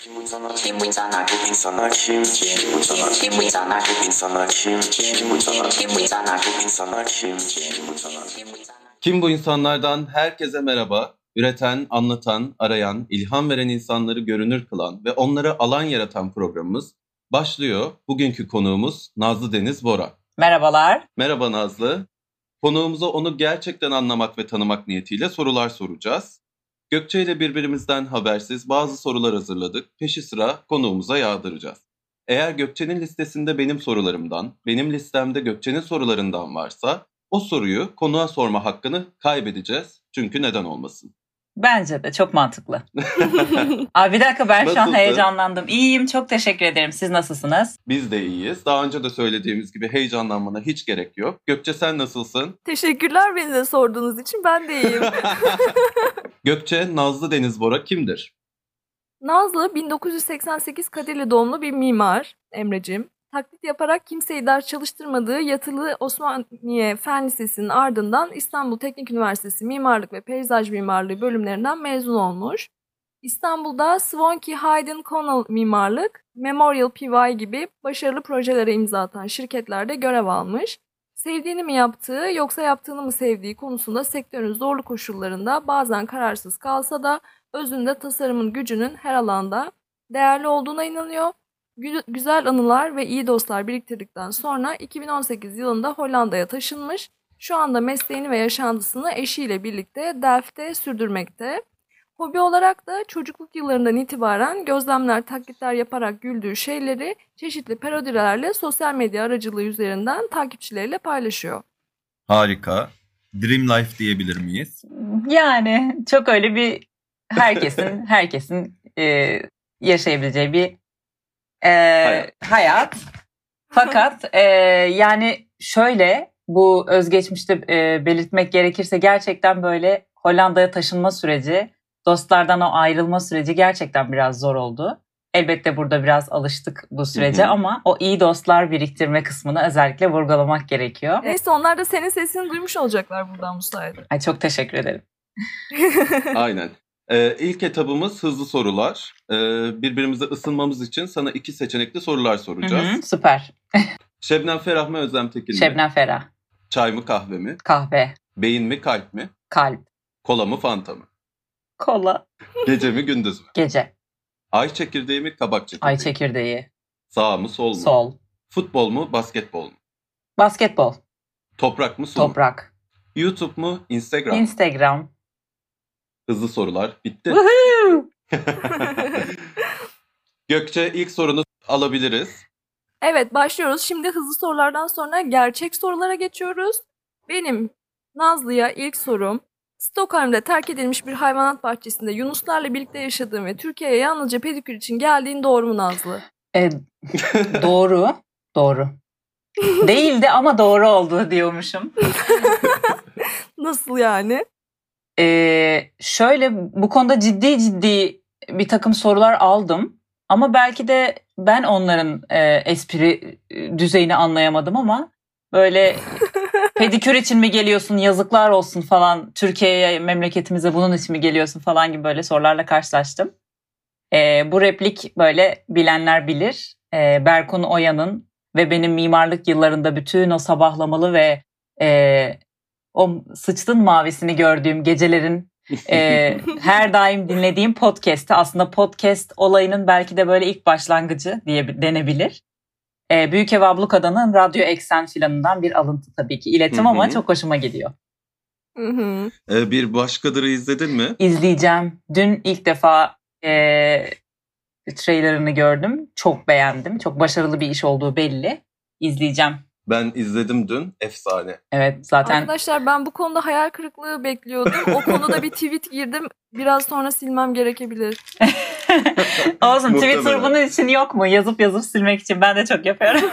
Kim bu insanlardan herkese merhaba. Üreten, anlatan, arayan, ilham veren insanları görünür kılan ve onlara alan yaratan programımız başlıyor. Bugünkü konuğumuz Nazlı Deniz Bora. Merhabalar. Merhaba Nazlı. Konuğumuza onu gerçekten anlamak ve tanımak niyetiyle sorular soracağız. Gökçe ile birbirimizden habersiz bazı sorular hazırladık. Peşi sıra konuğumuza yağdıracağız. Eğer Gökçe'nin listesinde benim sorularımdan, benim listemde Gökçe'nin sorularından varsa o soruyu konuğa sorma hakkını kaybedeceğiz. Çünkü neden olmasın? Bence de çok mantıklı. Abi bir dakika ben şu an heyecanlandım. İyiyim, çok teşekkür ederim. Siz nasılsınız? Biz de iyiyiz. Daha önce de söylediğimiz gibi heyecanlanmana hiç gerek yok. Gökçe sen nasılsın? Teşekkürler beni de sorduğunuz için, ben de iyiyim. Gökçe, Nazlı Deniz Bora kimdir? Nazlı 1988 Kadirli doğumlu bir mimar Emreciğim. Taklit yaparak kimseyi ders çalıştırmadığı yatılı Osmaniye Fen Lisesi'nin ardından İstanbul Teknik Üniversitesi Mimarlık ve Peyzaj Mimarlığı bölümlerinden mezun olmuş. İstanbul'da Swanky Hayden Connell Mimarlık, Memorial PY gibi başarılı projelere imza atan şirketlerde görev almış. Sevdiğini mi yaptığı yoksa yaptığını mı sevdiği konusunda sektörün zorlu koşullarında bazen kararsız kalsa da özünde tasarımın gücünün her alanda değerli olduğuna inanıyor. Güzel anılar ve iyi dostlar biriktirdikten sonra 2018 yılında Hollanda'ya taşınmış. Şu anda mesleğini ve yaşantısını eşiyle birlikte Delft'te sürdürmekte. Hobi olarak da çocukluk yıllarından itibaren gözlemler, taklitler yaparak güldüğü şeyleri çeşitli parodilerle sosyal medya aracılığı üzerinden takipçileriyle paylaşıyor. Harika. Dream Life diyebilir miyiz? Yani çok öyle bir herkesin yaşayabileceği bir hayat. Fakat yani şöyle bu özgeçmişte belirtmek gerekirse gerçekten böyle Hollanda'ya taşınma süreci, dostlardan o ayrılma süreci gerçekten biraz zor oldu. Elbette burada biraz alıştık bu sürece ama o iyi dostlar biriktirme kısmını özellikle vurgulamak gerekiyor. Neyse onlar da senin sesini duymuş olacaklar buradan bu sayede. Ay, çok teşekkür ederim. Aynen. İlk etabımız hızlı sorular. Birbirimize ısınmamız için sana 2 seçenekli sorular soracağız. Süper. Şebnem Ferah mı Özlem Tekin mi? Şebnem Ferah. Çay mı kahve mi? Kahve. Beyin mi kalp mi? Kalp. Kola mı fanta mı? Kola. Gece mi gündüz mü? Gece. Ay çekirdeği mi kabak çekirdeği? Ay çekirdeği. Sağ mı sol mu? Sol. Futbol mu basketbol mu? Basketbol. Toprak mı su mu? Toprak. YouTube mu Instagram? Instagram. Hızlı sorular bitti. Gökçe ilk sorunu alabiliriz. Evet, başlıyoruz. Şimdi hızlı sorulardan sonra gerçek sorulara geçiyoruz. Benim Nazlı'ya ilk sorum: Stockholm'da terk edilmiş bir hayvanat bahçesinde yunuslarla birlikte yaşadığın ve Türkiye'ye yalnızca pedikür için geldiğin doğru mu Nazlı? Doğru. Doğru. Değildi ama doğru oldu diyormuşum. Nasıl yani? Şöyle bu konuda ciddi bir takım sorular aldım. Ama belki de ben onların espri düzeyini anlayamadım ama böyle pedikür için mi geliyorsun, yazıklar olsun falan, Türkiye'ye, memleketimize bunun için mi geliyorsun falan gibi böyle sorularla karşılaştım. Bu replik böyle bilenler bilir. Berkun Oya'nın ve benim mimarlık yıllarında bütün o sabahlamalı ve o sıçtın mavisini gördüğüm gecelerin her daim dinlediğim podcast'te, aslında podcast olayının belki de böyle ilk başlangıcı diye denebilir. Büyük Ev Ablukada'nın Radyo Eksen filanından bir alıntı tabii ki. İletim ama çok hoşuma gidiyor. Bir Başkadır'ı izledin mi? İzleyeceğim. Dün ilk defa trailerını gördüm. Çok beğendim. Çok başarılı bir iş olduğu belli. İzleyeceğim. Ben izledim dün. Efsane. Evet zaten. Arkadaşlar ben bu konuda hayal kırıklığı bekliyordum. O konuda bir tweet girdim. Biraz sonra silmem gerekebilir. Olsun, Twitter bunun için yok mu? Yazıp silmek için ben de çok yapıyorum.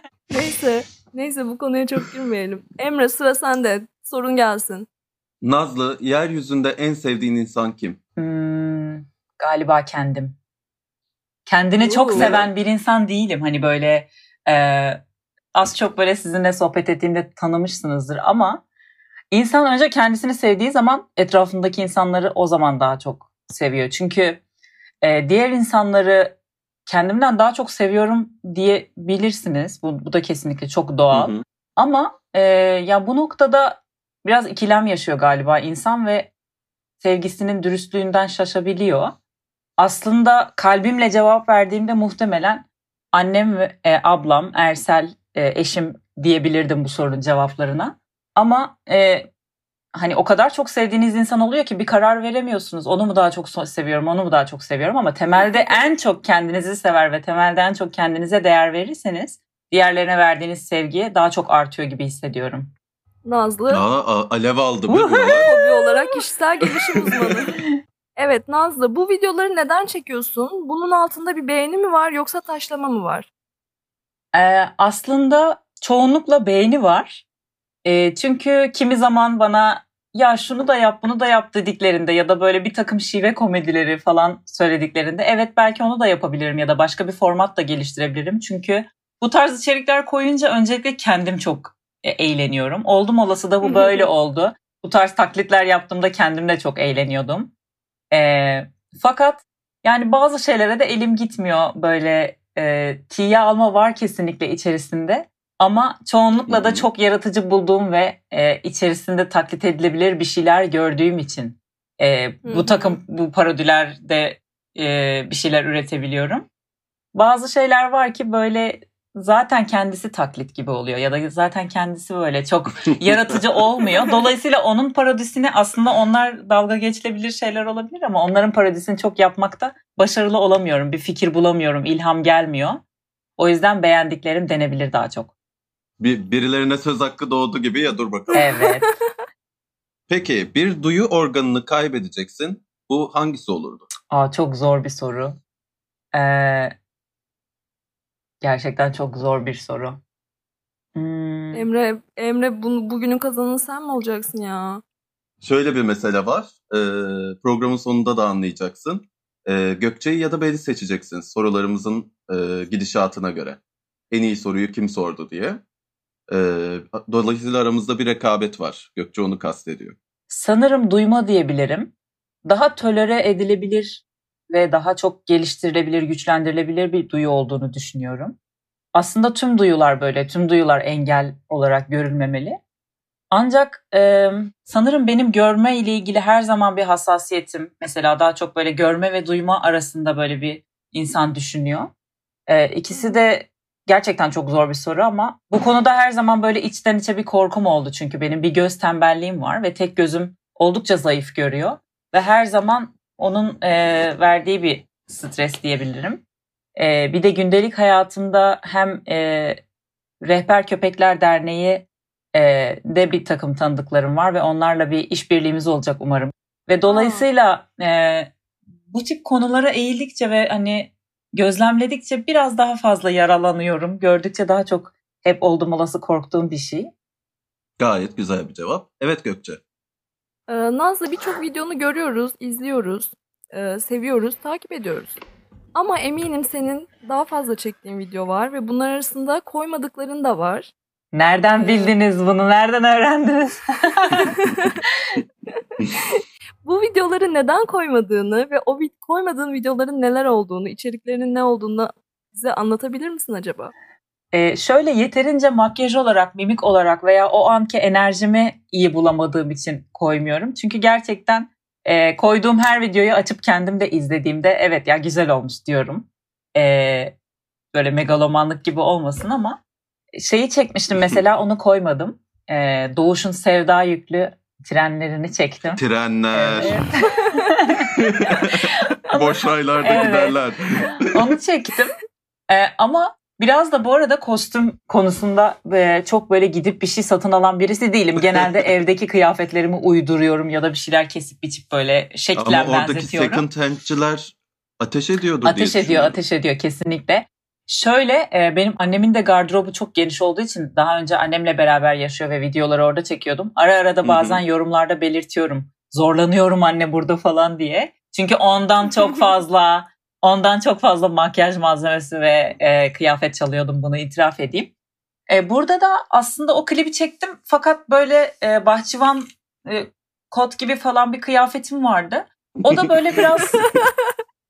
Neyse bu konuya çok girmeyelim. Emre, sıra sende. Sorun gelsin. Nazlı, yeryüzünde en sevdiğin insan kim? Galiba kendim. Kendini çok seven bir insan değilim. Hani böyle az çok böyle sizinle sohbet ettiğimde tanımışsınızdır ama insan önce kendisini sevdiği zaman etrafındaki insanları o zaman daha çok seviyor. Çünkü Diğer insanları kendimden daha çok seviyorum diyebilirsiniz. Bu da kesinlikle çok doğal. Hı hı. Ama ya bu noktada biraz ikilem yaşıyor galiba insan ve sevgisinin dürüstlüğünden şaşabiliyor. Aslında kalbimle cevap verdiğimde muhtemelen annem ve ablam, Ersel, eşim diyebilirdim bu sorunun cevaplarına. Ama hani o kadar çok sevdiğiniz insan oluyor ki bir karar veremiyorsunuz. Onu mu daha çok seviyorum, onu mu daha çok seviyorum, ama temelde en çok kendinizi sever ve temelde en çok kendinize değer verirseniz diğerlerine verdiğiniz sevgiye daha çok artıyor gibi hissediyorum. Nazlı Alev aldı bu diyorlar. hobi olarak kişisel gelişim uzmanı. Evet Nazlı, bu videoları neden çekiyorsun? Bunun altında bir beğeni mi var yoksa taşlama mı var? Aslında çoğunlukla beğeni var. Çünkü kimi zaman bana ya şunu da yap bunu da yap dediklerinde ya da böyle bir takım şive komedileri falan söylediklerinde evet belki onu da yapabilirim ya da başka bir format da geliştirebilirim. Çünkü bu tarz içerikler koyunca öncelikle kendim çok eğleniyorum. Oldum olası da bu böyle oldu. Bu tarz taklitler yaptığımda kendim de çok eğleniyordum. Fakat yani bazı şeylere de elim gitmiyor, böyle tiye alma var kesinlikle içerisinde. Ama çoğunlukla da çok yaratıcı bulduğum ve içerisinde taklit edilebilir bir şeyler gördüğüm için bu parodilerde bir şeyler üretebiliyorum. Bazı şeyler var ki böyle zaten kendisi taklit gibi oluyor ya da zaten kendisi böyle çok yaratıcı olmuyor. Dolayısıyla onun parodisini aslında onlar dalga geçilebilir şeyler olabilir ama onların parodisini çok yapmakta başarılı olamıyorum. Bir fikir bulamıyorum, ilham gelmiyor. O yüzden beğendiklerim denebilir daha çok. Birilerine söz hakkı doğdu gibi ya, dur bakalım. Evet. Peki bir duyu organını kaybedeceksin. Bu hangisi olurdu? Çok zor bir soru. Gerçekten çok zor bir soru. Emre bugünün kazananı sen mi olacaksın ya? Şöyle bir mesele var. Programın sonunda da anlayacaksın. Gökçe'yi ya da beni seçeceksin sorularımızın gidişatına göre. En iyi soruyu kim sordu diye. Dolayısıyla aramızda bir rekabet var. Gökçe onu kastediyor. Sanırım duyma diyebilirim. Daha tolere edilebilir ve daha çok geliştirilebilir, güçlendirilebilir bir duyu olduğunu düşünüyorum. Aslında tüm duyular böyle, tüm duyular engel olarak görülmemeli. Ancak sanırım benim görme ile ilgili her zaman bir hassasiyetim. Mesela daha çok böyle görme ve duyma arasında böyle bir insan düşünüyor. İkisi de gerçekten çok zor bir soru ama bu konuda her zaman böyle içten içe bir korkum oldu. Çünkü benim bir göz tembelliğim var ve tek gözüm oldukça zayıf görüyor. Ve her zaman onun verdiği bir stres diyebilirim. Bir de gündelik hayatımda hem Rehber Köpekler Derneği de bir takım tanıdıklarım var ve onlarla bir işbirliğimiz olacak umarım. Ve dolayısıyla bu tip konulara eğildikçe ve hani gözlemledikçe biraz daha fazla yaralanıyorum. Gördükçe daha çok hep oldum olası korktuğum bir şey. Gayet güzel bir cevap. Evet Gökçe. Nazlı, birçok videonu görüyoruz, izliyoruz, seviyoruz, takip ediyoruz. Ama eminim senin daha fazla çektiğin video var ve bunlar arasında koymadıkların da var. Nereden bildiniz bunu? Nereden öğrendiniz? Bu videoları neden koymadığını ve o koymadığın videoların neler olduğunu, içeriklerinin ne olduğunu bize anlatabilir misin acaba? Şöyle, yeterince makyaj olarak, mimik olarak veya o anki enerjimi iyi bulamadığım için koymuyorum. Çünkü gerçekten koyduğum her videoyu açıp kendim de izlediğimde evet ya güzel olmuş diyorum. Böyle megalomanlık gibi olmasın ama şeyi çekmiştim mesela, onu koymadım. Doğuş'un Sevda Yüklü trenlerini çektim. Trenler. Evet. Boş raylarda Evet. giderler. Onu çektim. Ama biraz da bu arada kostüm konusunda çok böyle gidip bir şey satın alan birisi değilim. Genelde evdeki kıyafetlerimi uyduruyorum ya da bir şeyler kesip biçip böyle şeklen Ama oradaki benzetiyorum. second hand'ciler ateş ediyordur diye Ateş ediyor kesinlikle. Şöyle, benim annemin de gardırobu çok geniş olduğu için daha önce annemle beraber yaşıyor ve videoları orada çekiyordum. Ara ara da bazen yorumlarda belirtiyorum. Zorlanıyorum anne burada falan diye. Çünkü ondan çok fazla makyaj malzemesi ve kıyafet çalıyordum, bunu itiraf edeyim. Burada da aslında o klibi çektim fakat böyle bahçıvan kot gibi falan bir kıyafetim vardı. O da böyle biraz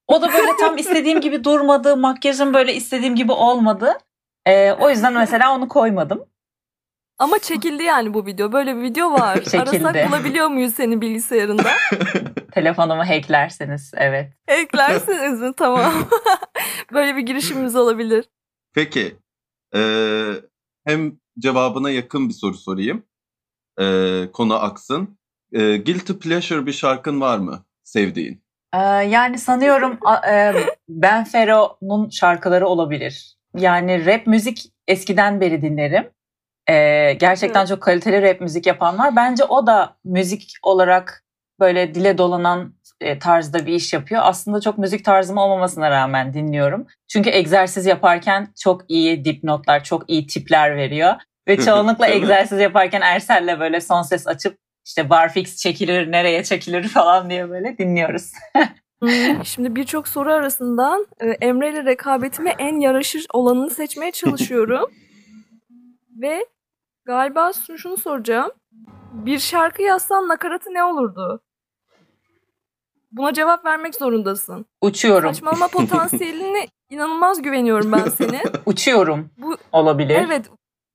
O da böyle tam istediğim gibi durmadı. Makyajım böyle istediğim gibi olmadı. O yüzden mesela onu koymadım. Ama çekildi yani bu video. Böyle bir video var. Çekildi. Arasak bulabiliyor muyuz senin bilgisayarında? Telefonumu hacklerseniz evet. Eklersiniz mi? Tamam. Böyle bir girişimimiz olabilir. Peki. Hem cevabına yakın bir soru sorayım. Konu aksın. Guilty pleasure bir şarkın var mı sevdiğin? Yani sanıyorum Ben Fero'nun şarkıları olabilir. Yani rap müzik eskiden beri dinlerim. Gerçekten çok kaliteli rap müzik yapan var. Bence o da müzik olarak böyle dile dolanan tarzda bir iş yapıyor. Aslında çok müzik tarzım olmamasına rağmen dinliyorum. Çünkü egzersiz yaparken çok iyi dipnotlar, çok iyi tipler veriyor. Ve çoğunlukla egzersiz yaparken Ersel'le böyle son ses açıp işte barfix çekilir, nereye çekilir falan diye böyle dinliyoruz. Şimdi birçok soru arasından Emre ile rekabetime en yaraşır olanını seçmeye çalışıyorum. Ve galiba şunu soracağım. Bir şarkı yazsan nakaratı ne olurdu? Buna cevap vermek zorundasın. Uçuyorum. Saçmalama potansiyeline inanılmaz güveniyorum ben senin. Uçuyorum. Bu olabilir. Evet.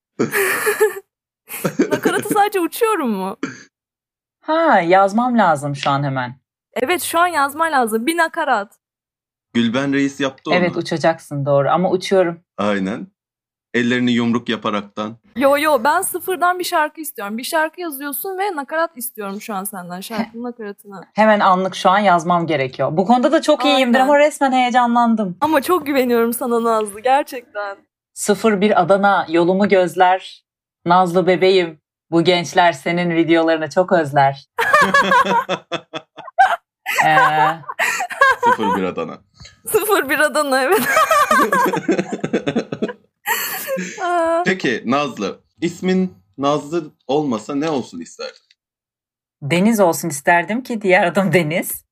Nakaratı sadece uçuyorum mu? Yazmam lazım şu an hemen. Evet, şu an yazman lazım. Bir nakarat. Gülben Reis yaptı onu. Evet, uçacaksın doğru ama uçuyorum. Aynen. Ellerini yumruk yaparaktan. Yo ben sıfırdan bir şarkı istiyorum. Bir şarkı yazıyorsun ve nakarat istiyorum şu an senden. Şarkının nakaratını. Hemen anlık şu an yazmam gerekiyor. Bu konuda da çok iyiyimdir Aynen. ama resmen heyecanlandım. Ama çok güveniyorum sana Nazlı, gerçekten. 01 Adana yolumu gözler. Nazlı bebeğim. Bu gençler senin videolarını çok özler. 01 Adana. 01 Adana, evet. Peki Nazlı. İsmin Nazlı olmasa ne olsun isterdin? Deniz olsun isterdim ki diğer adım Deniz.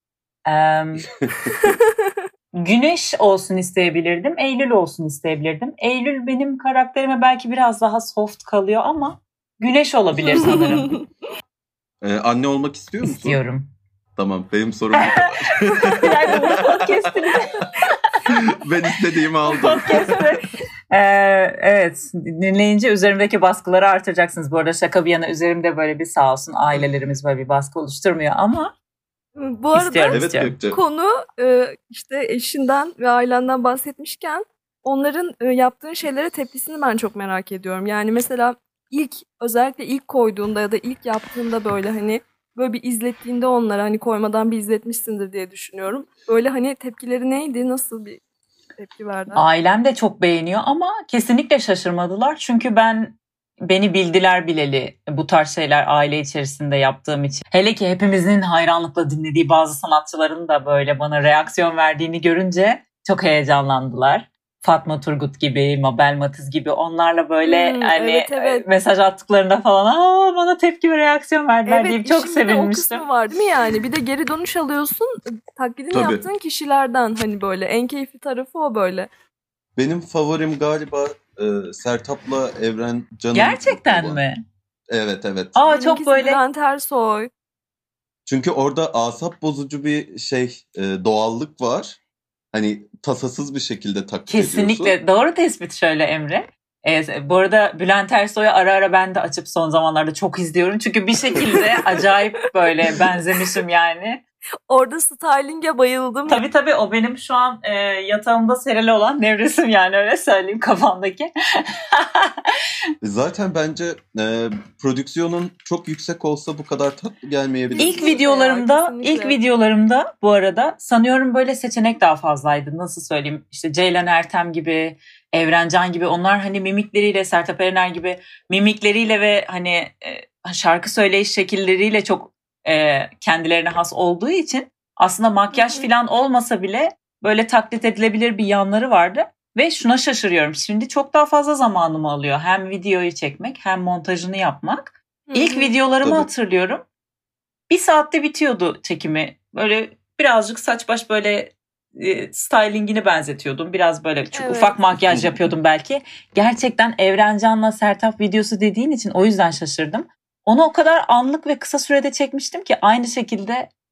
Güneş olsun isteyebilirdim. Eylül olsun isteyebilirdim. Eylül benim karakterime belki biraz daha soft kalıyor ama Güneş olabilir sanırım. Anne olmak istiyor musun? İstiyorum. Tamam, benim sorum bu kadar. Yani bu podcast'ini Ben istediğimi aldım. podcast'ı evet, dinleyince üzerimdeki baskıları artıracaksınız. Bu arada şaka bir yana üzerimde böyle bir sağ olsun ailelerimiz böyle bir baskı oluşturmuyor ama Bu arada istiyorum. Evet Gökçe. konu işte eşinden ve ailenden bahsetmişken onların yaptığın şeylere tepkisini ben çok merak ediyorum. Yani mesela özellikle ilk koyduğunda ya da ilk yaptığında böyle hani böyle bir izlettiğinde onlara hani koymadan bir izletmişsindir diye düşünüyorum. Böyle hani tepkileri neydi? Nasıl bir tepki verdi? Ailem de çok beğeniyor ama kesinlikle şaşırmadılar. Çünkü beni bildiler bileli bu tarz şeyler aile içerisinde yaptığım için. Hele ki hepimizin hayranlıkla dinlediği bazı sanatçıların da böyle bana reaksiyon verdiğini görünce çok heyecanlandılar. Fatma Turgut gibi, Mabel Matiz gibi onlarla böyle hani evet. mesaj attıklarında falan bana tepki ve reaksiyon verdiler Evet, deyip çok işin bir de o sevinmiştim. kısmı var değil mi yani? Bir de geri dönüş alıyorsun taklidini Tabii. yaptığın kişilerden hani böyle en keyifli tarafı o böyle. Benim favorim galiba Sertab'la Evren Can'ın. Gerçekten olan. mi? Evet. Çok Benimkisi böyle Bülent Ersoy. Çünkü orada asap bozucu bir doğallık var. Hani tasasız bir şekilde taklit kesinlikle ediyorsun. doğru tespit şöyle Emre. Bu arada Bülent Ersoy'u ara ara ben de açıp son zamanlarda çok izliyorum. Çünkü bir şekilde acayip böyle benzemişim yani. Orada styling'e bayıldım. Tabii o benim şu an yatağımda serili olan nevresim yani öyle söyleyeyim kafamdaki. Zaten bence prodüksiyonun çok yüksek olsa bu kadar tatlı gelmeyebilir. İlk videolarımda Kesinlikle. bu arada sanıyorum böyle seçenek daha fazlaydı. Nasıl söyleyeyim? İşte Ceylan Ertem gibi, Evrencan gibi onlar hani mimikleriyle, Sertab Erener gibi mimikleriyle ve hani şarkı söyleyiş şekilleriyle çok kendilerine has olduğu için aslında makyaj falan olmasa bile böyle taklit edilebilir bir yanları vardı. Ve şuna şaşırıyorum. Şimdi çok daha fazla zamanımı alıyor. Hem videoyu çekmek hem montajını yapmak. İlk videolarımı Tabii. hatırlıyorum. 1 saatte bitiyordu çekimi. Böyle birazcık saç baş böyle stylingini benzetiyordum. Biraz böyle çok Evet. ufak makyaj yapıyordum belki. Gerçekten Evrencan'la Sertab videosu dediğin için o yüzden şaşırdım. Onu o kadar anlık ve kısa sürede çekmiştim ki aynı şekilde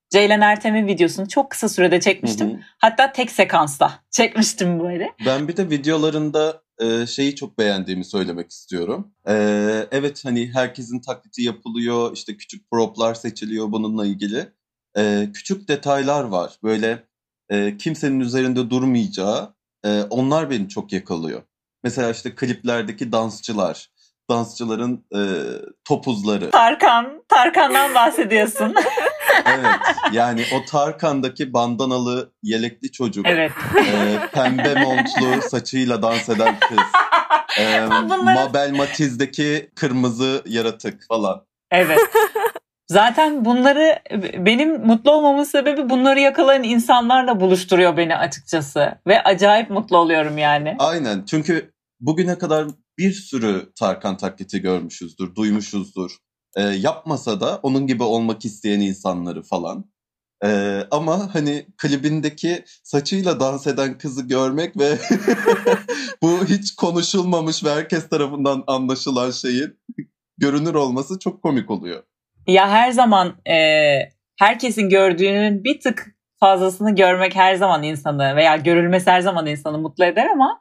Ceylan Ertem'in videosunu çok kısa sürede çekmiştim. Hı hı. Hatta tek sekansta çekmiştim böyle. Ben bir de videolarında şeyi çok beğendiğimi söylemek istiyorum. Evet, hani herkesin taklidi yapılıyor, işte küçük proplar seçiliyor bununla ilgili. Küçük detaylar var, böyle kimsenin üzerinde durmayacağı, onlar beni çok yakalıyor. Mesela işte kliplerdeki dansçıların topuzları. Tarkan'dan bahsediyorsun. Evet, yani o Tarkan'daki bandanalı yelekli çocuk, Evet. Pembe montlu saçıyla dans eden kız, Mabel Matiz'deki kırmızı yaratık falan. Evet. Zaten bunları, benim mutlu olmamın sebebi bunları yakalayan insanlarla buluşturuyor beni açıkçası. Ve acayip mutlu oluyorum yani. Aynen, çünkü bugüne kadar bir sürü Tarkan taklidi görmüşüzdür, duymuşuzdur. Yapmasa da onun gibi olmak isteyen insanları falan. Ama hani klibindeki saçıyla dans eden kızı görmek ve bu hiç konuşulmamış ve herkes tarafından anlaşılan şeyin görünür olması çok komik oluyor. Ya her zaman herkesin gördüğünün bir tık fazlasını görmek her zaman insanı, veya görülmesi her zaman insanı mutlu eder ama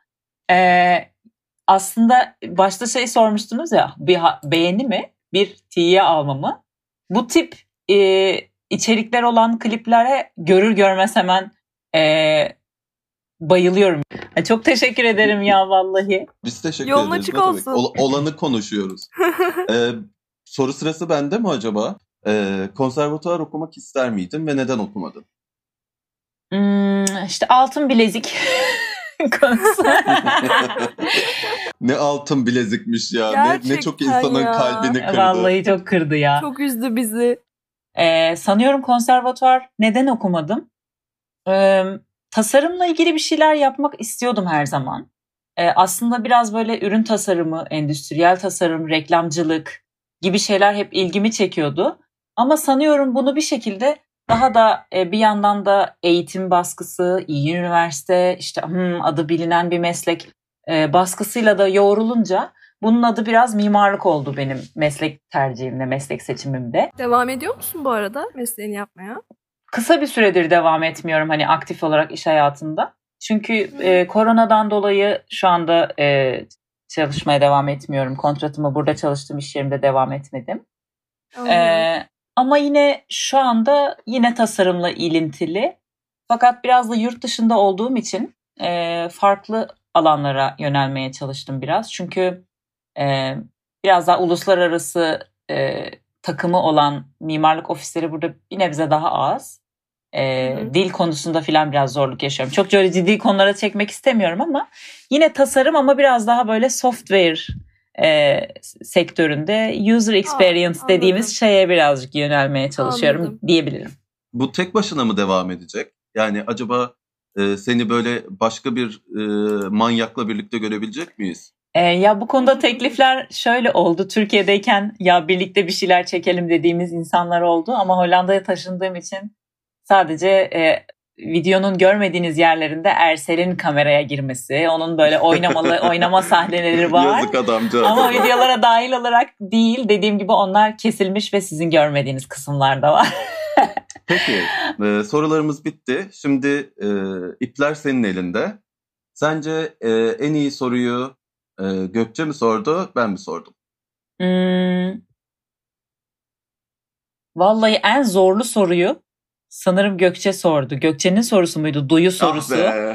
aslında başta şey sormuştunuz ya, bir beğeni mi, bir tiye alma mı? Bu tip içerikler olan kliplere görür görmez hemen bayılıyorum. Çok teşekkür ederim ya vallahi. Biz teşekkür Yolun ederiz. açık Ne demek? olsun. Olanı konuşuyoruz. Soru sırası bende mi acaba? Konservatuvar okumak ister miydin ve neden okumadın? İşte altın bilezik konusu. Ne altın bilezikmiş ya. Ne çok Gerçekten insanın ya. kalbini kırdı. Vallahi çok kırdı ya. Çok üzdü bizi. Sanıyorum konservatuvar neden okumadım? Tasarımla ilgili bir şeyler yapmak istiyordum her zaman. Aslında biraz böyle ürün tasarımı, endüstriyel tasarım, reklamcılık gibi şeyler hep ilgimi çekiyordu. Ama sanıyorum bunu bir şekilde daha da bir yandan da eğitim baskısı, iyi üniversite, işte adı bilinen bir meslek baskısıyla da yoğrulunca bunun adı biraz mimarlık oldu benim meslek tercihimde, meslek seçimimde. Devam ediyor musun bu arada mesleğini yapmaya? Kısa bir süredir devam etmiyorum hani aktif olarak iş hayatında. Çünkü koronadan dolayı şu anda çalışmaya devam etmiyorum. Kontratımı burada çalıştığım iş yerimde devam etmedim. Ama yine şu anda yine tasarımla ilintili. Fakat biraz da yurt dışında olduğum için farklı alanlara yönelmeye çalıştım biraz. Çünkü biraz daha uluslararası takımı olan mimarlık ofisleri burada bir nebze daha az. Dil konusunda filan biraz zorluk yaşıyorum. Çok öyle ciddi konulara çekmek istemiyorum ama yine tasarım, ama biraz daha böyle software sektöründe user experience dediğimiz şeye birazcık yönelmeye çalışıyorum diyebilirim. Bu tek başına mı devam edecek? Yani acaba seni böyle başka bir manyakla birlikte görebilecek miyiz? Ya bu konuda teklifler şöyle oldu. Türkiye'deyken ya birlikte bir şeyler çekelim dediğimiz insanlar oldu. Ama Hollanda'ya taşındığım için sadece videonun görmediğiniz yerlerinde Ersel'in kameraya girmesi, onun böyle oynama sahneleri var. Yazık adamcağız. Ama videolara dahil olarak değil. Dediğim gibi onlar kesilmiş ve sizin görmediğiniz kısımlarda var. Peki, sorularımız bitti. Şimdi ipler senin elinde. Sence en iyi soruyu Gökçe mi sordu, ben mi sordum? Vallahi en zorlu soruyu sanırım Gökçe sordu. Gökçe'nin sorusu muydu? Duyu sorusu.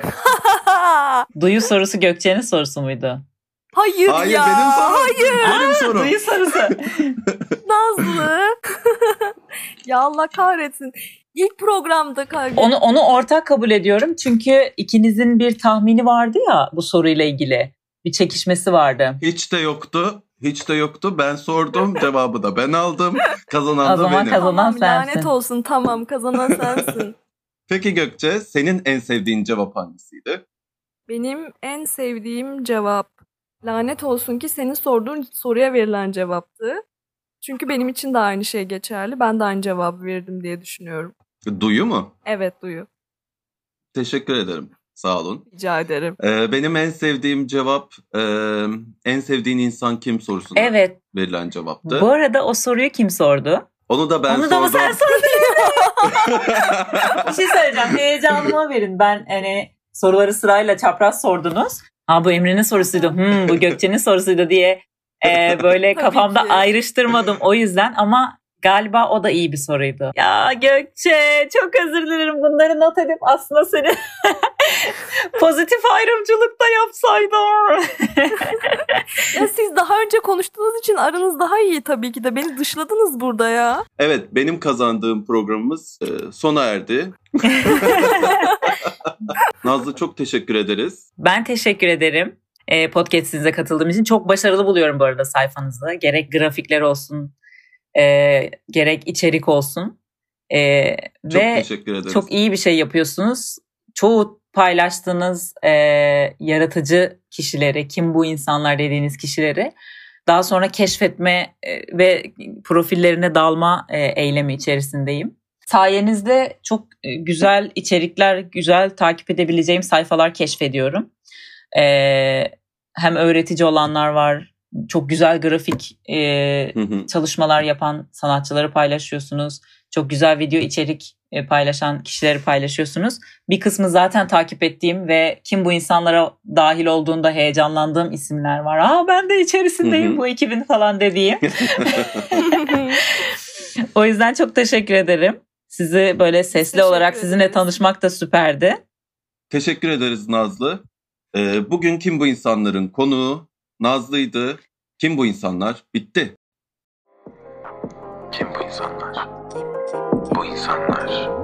Duyu sorusu Gökçe'nin sorusu muydu? Hayır ya. Benim sorum. Hayır. Benim sorum. Duyu sorusu. Nazlı. Ya Allah kahretsin. İlk programda kaybettim. Onu ortak kabul ediyorum. Çünkü ikinizin bir tahmini vardı ya bu soruyla ilgili. Bir çekişmesi vardı. Hiç de yoktu. Ben sordum. Cevabı da ben aldım. Kazanan da benim. Kazanan sensin. Lanet olsun, tamam, kazanan sensin. Peki Gökçe, senin en sevdiğin cevap hangisiydi? Benim en sevdiğim cevap, lanet olsun ki senin sorduğun soruya verilen cevaptı. Çünkü benim için de aynı şey geçerli. Ben de aynı cevabı verdim diye düşünüyorum. Duyu mu? Evet, Duyu. Teşekkür ederim. Sağ olun. Rica ederim. Benim en sevdiğim cevap en sevdiğin insan kim sorusuna verilen cevaptı. Bu arada o soruyu kim sordu? Onu da ben sordum. Onu da mı sen sordun? Bir şey söyleyeceğim. Heyecanıma verin. Ben hani soruları sırayla çapraz sordunuz. Ha bu Emre'nin sorusuydu. Bu Gökçe'nin sorusuydu diye böyle kafamda ayrıştırmadım o yüzden ama galiba o da iyi bir soruydu. Ya Gökçe çok özür dilerim, bunları not edip aslında seni pozitif ayrımcılıkta yapsaydım. Ya siz daha önce konuştuğunuz için aranız daha iyi tabii ki de. Beni dışladınız burada ya. Evet, benim kazandığım programımız sona erdi. Nazlı çok teşekkür ederiz. Ben teşekkür ederim. Podcast'inize katıldığım için çok başarılı buluyorum bu arada sayfanızı. Gerek grafikler olsun, gerek içerik olsun. Çok ve teşekkür ederiz. Çok iyi bir şey yapıyorsunuz. Çoğu paylaştığınız yaratıcı kişileri, kim bu insanlar dediğiniz kişileri daha sonra keşfetme ve profillerine dalma eylemi içerisindeyim. Sayenizde çok güzel içerikler, güzel takip edebileceğim sayfalar keşfediyorum. Hem öğretici olanlar var, çok güzel grafik çalışmalar yapan sanatçıları paylaşıyorsunuz. Çok güzel video içerik paylaşan kişileri paylaşıyorsunuz. Bir kısmı zaten takip ettiğim ve kim bu insanlara dahil olduğunda heyecanlandığım isimler var. Ben de içerisindeyim bu ekibin falan dediğim. O yüzden çok teşekkür ederim. Sizi böyle sesli olarak sizinle tanışmak da süperdi. Teşekkür ederiz Nazlı. Bugün Kim Bu İnsanlar'ın konuğu Nazlı'ydı. Kim bu insanlar? Bitti. Kim bu insanlar? Bu insanlar